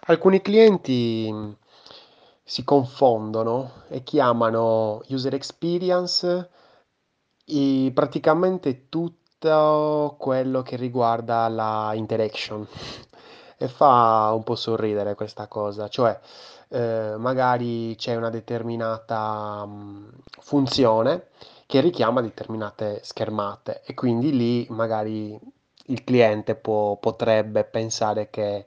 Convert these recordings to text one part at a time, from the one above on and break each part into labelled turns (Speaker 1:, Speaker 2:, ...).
Speaker 1: Alcuni clienti si confondono e chiamano user experience praticamente tutto quello che riguarda la interaction. E fa un po' sorridere questa cosa, cioè magari c'è una determinata funzione che richiama determinate schermate e quindi lì magari il cliente potrebbe pensare che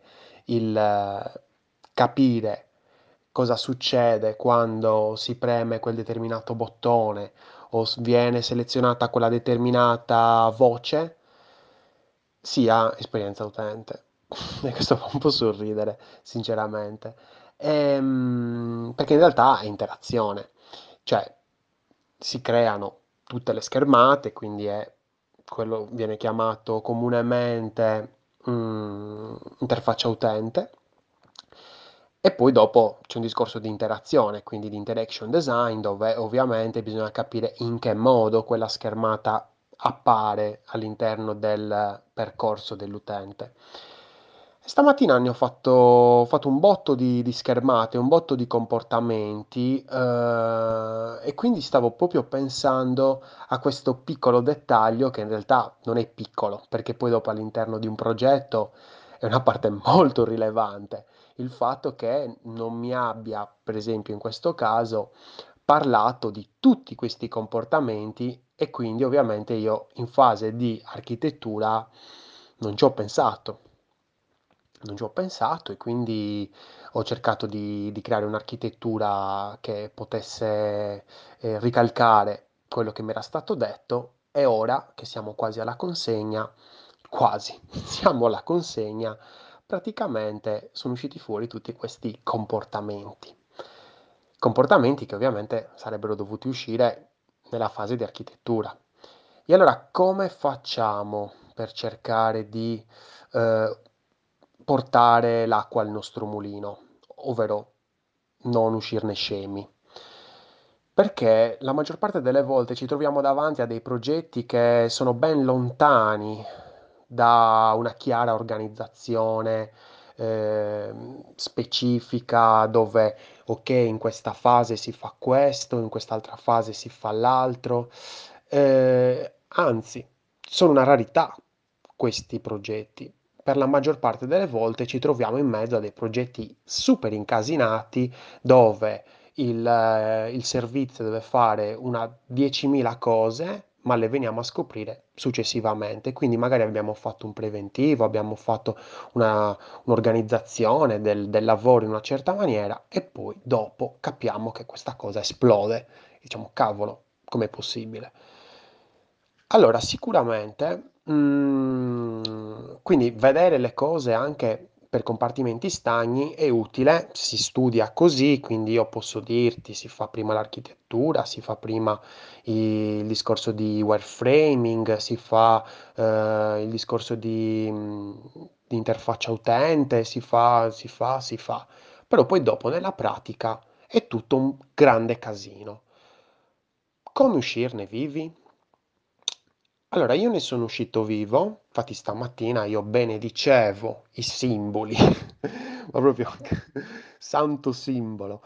Speaker 1: capire cosa succede quando si preme quel determinato bottone o viene selezionata quella determinata voce, sia esperienza utente. E questo fa un po' sorridere, sinceramente. Perché in realtà è interazione, cioè si creano tutte le schermate, quindi è quello viene chiamato comunemente interfaccia utente. E poi dopo c'è un discorso di interazione, quindi di interaction design, dove ovviamente bisogna capire in che modo quella schermata appare all'interno del percorso dell'utente. Stamattina ho fatto un botto di schermate, un botto di comportamenti, e quindi stavo proprio pensando a questo piccolo dettaglio che in realtà non è piccolo, perché poi dopo all'interno di un progetto è una parte molto rilevante. Il fatto che non mi abbia, per esempio in questo caso, parlato di tutti questi comportamenti e quindi ovviamente io in fase di architettura non ci ho pensato. Non ci ho pensato e quindi ho cercato di creare un'architettura che potesse ricalcare quello che mi era stato detto e ora che siamo quasi alla consegna, quasi siamo alla consegna, praticamente sono usciti fuori tutti questi comportamenti. Comportamenti che ovviamente sarebbero dovuti uscire nella fase di architettura. E allora come facciamo per cercare di eh, portare l'acqua al nostro mulino, ovvero non uscirne scemi? Perché la maggior parte delle volte ci troviamo davanti a dei progetti che sono ben lontani da una chiara organizzazione specifica dove, ok, in questa fase si fa questo, in quest'altra fase si fa l'altro. Anzi, sono una rarità questi progetti. Per la maggior parte delle volte ci troviamo in mezzo a dei progetti super incasinati dove il servizio deve fare una 10.000 cose, ma le veniamo a scoprire successivamente. Quindi magari abbiamo fatto un preventivo, abbiamo fatto un'organizzazione del lavoro in una certa maniera e poi dopo capiamo che questa cosa esplode. Diciamo, cavolo, com'è possibile? Allora, sicuramente, quindi vedere le cose anche per compartimenti stagni è utile, si studia così, quindi io posso dirti, si fa prima l'architettura, si fa prima il discorso di wireframing, si fa il discorso di interfaccia utente, si fa, però poi dopo nella pratica è tutto un grande casino. Come uscirne vivi? Allora, io ne sono uscito vivo, infatti stamattina io benedicevo i simboli, ma proprio santo simbolo.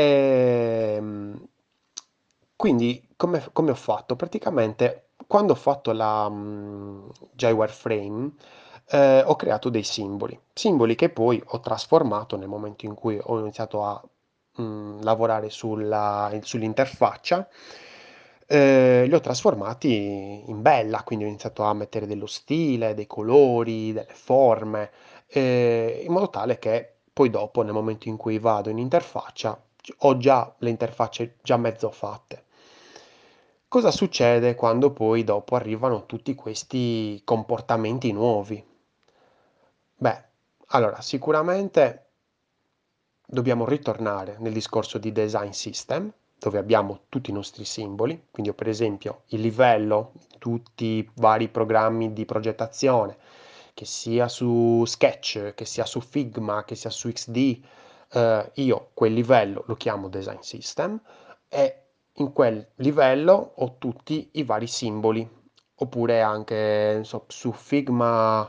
Speaker 1: Quindi, come ho fatto? Praticamente, quando ho fatto la già Wireframe, ho creato dei simboli che poi ho trasformato nel momento in cui ho iniziato a lavorare sull'interfaccia, li ho trasformati in bella, quindi ho iniziato a mettere dello stile, dei colori, delle forme, in modo tale che poi dopo, nel momento in cui vado in interfaccia, ho già le interfacce già mezzo fatte. Cosa succede quando poi dopo arrivano tutti questi comportamenti nuovi? Beh, allora, sicuramente dobbiamo ritornare nel discorso di design system, dove abbiamo tutti i nostri simboli, quindi io per esempio il livello, tutti i vari programmi di progettazione, che sia su Sketch, che sia su Figma, che sia su XD, io quel livello lo chiamo design system e in quel livello ho tutti i vari simboli, oppure anche non so, su Figma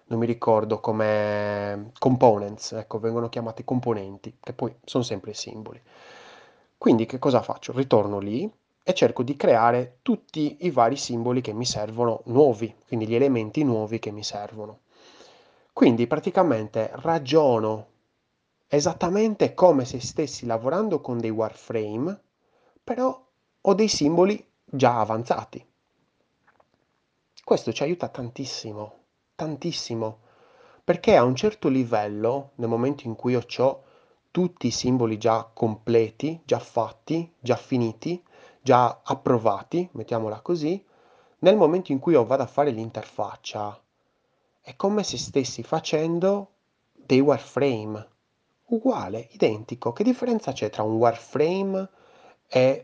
Speaker 1: non mi ricordo come components, ecco, vengono chiamati componenti, che poi sono sempre simboli. Quindi che cosa faccio? Ritorno lì e cerco di creare tutti i vari simboli che mi servono nuovi, quindi gli elementi nuovi che mi servono. Quindi praticamente ragiono esattamente come se stessi lavorando con dei wireframe, però ho dei simboli già avanzati. Questo ci aiuta tantissimo, tantissimo, perché a un certo livello, nel momento in cui io ho tutti i simboli già completi, già fatti, già finiti, già approvati, mettiamola così, nel momento in cui io vado a fare l'interfaccia, è come se stessi facendo dei wireframe. Uguale, identico. Che differenza c'è tra un wireframe e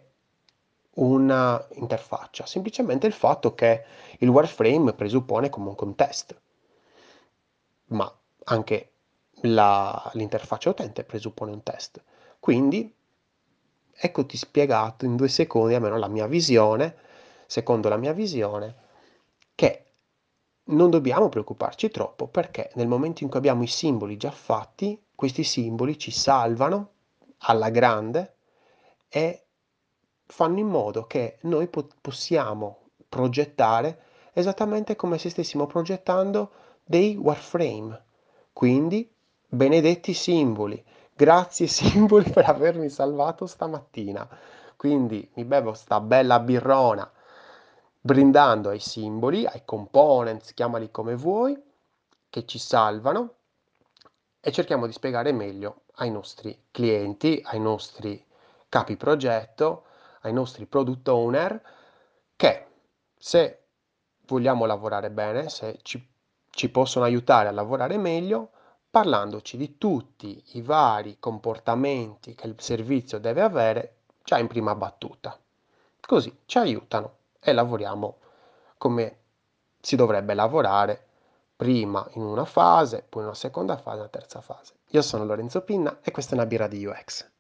Speaker 1: una interfaccia? Semplicemente il fatto che il wireframe presuppone comunque un test, ma anche l'interfaccia utente presuppone un test. Quindi, eccoti spiegato in 2 secondi, almeno la mia visione, secondo la mia visione, che non dobbiamo preoccuparci troppo perché nel momento in cui abbiamo i simboli già fatti, questi simboli ci salvano alla grande e fanno in modo che noi possiamo progettare esattamente come se stessimo progettando dei warframe. Quindi, benedetti simboli, grazie simboli per avermi salvato stamattina. Quindi mi bevo sta bella birrona brindando ai simboli, ai components, chiamali come vuoi, che ci salvano e cerchiamo di spiegare meglio ai nostri clienti, ai nostri capi progetto, ai nostri product owner, che se vogliamo lavorare bene, se ci possono aiutare a lavorare meglio, parlandoci di tutti i vari comportamenti che il servizio deve avere già in prima battuta. Così ci aiutano e lavoriamo come si dovrebbe lavorare, prima in una fase, poi in una seconda fase, una terza fase. Io sono Lorenzo Pinna e questa è una birra di UX.